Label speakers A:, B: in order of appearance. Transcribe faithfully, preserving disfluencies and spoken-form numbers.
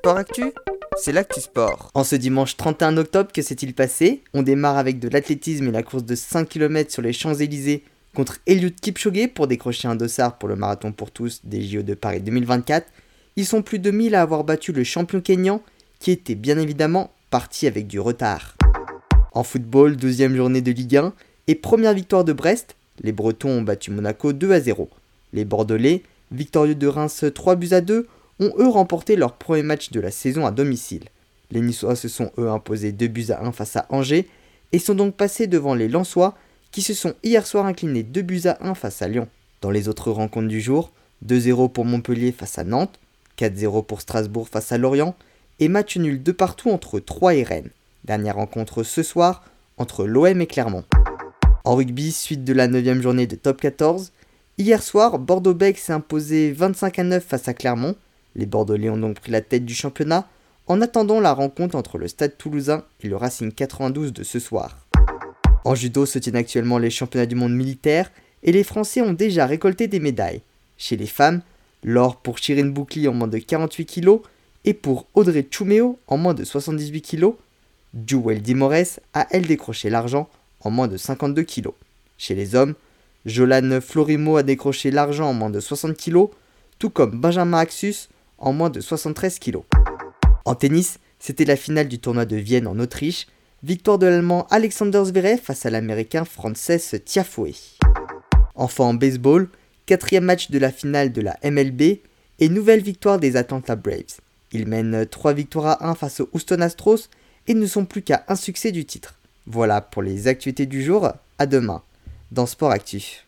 A: Sport Actu, c'est l'actu sport.
B: En ce dimanche trente et un octobre, que s'est-il passé? On démarre avec de l'athlétisme et la course de cinq kilomètres sur les Champs-Élysées contre Eliud Kipchoge pour décrocher un dossard pour le marathon pour tous des J O de Paris deux mille vingt-quatre. Ils sont plus de mille à avoir battu le champion kényan qui était bien évidemment parti avec du retard. En football, douzième journée de Ligue un et première victoire de Brest, les Bretons ont battu Monaco deux à zéro. Les Bordelais, victorieux de Reims trois buts à deux, ont eux remporté leur premier match de la saison à domicile. Les Niçois se sont eux imposés deux buts à un face à Angers et sont donc passés devant les Lensois qui se sont hier soir inclinés deux buts à un face à Lyon. Dans les autres rencontres du jour, deux zéro pour Montpellier face à Nantes, quatre zéro pour Strasbourg face à Lorient et match nul de partout entre Troyes et Rennes. Dernière rencontre ce soir entre l'O M et Clermont. En rugby, suite de la neuvième journée de top quatorze, hier soir, Bordeaux-Bègles s'est imposé vingt-cinq à neuf face à Clermont. Les Bordelais ont donc pris la tête du championnat en attendant la rencontre entre le Stade Toulousain et le Racing quatre-vingt-douze de ce soir. En judo se tiennent actuellement les championnats du monde militaire et les Français ont déjà récolté des médailles. Chez les femmes, l'or pour Chirine Boucli en moins de quarante-huit kilos et pour Audrey Tchouméo en moins de soixante-dix-huit kilos. Jewel Dimores a elle décroché l'argent en moins de cinquante-deux kilos. Chez les hommes, Jolan Florimo a décroché l'argent en moins de soixante kilos, tout comme Benjamin Axus en moins de soixante-treize kilos. En tennis, c'était la finale du tournoi de Vienne en Autriche, victoire de l'Allemand Alexander Zverev face à l'Américain Frances Tiafoe. Enfin en baseball, quatrième match de la finale de la M L B et nouvelle victoire des Atlanta Braves. Ils mènent trois victoires à un face aux Houston Astros et ne sont plus qu'à un succès du titre. Voilà pour les actualités du jour, à demain dans Sport Actu.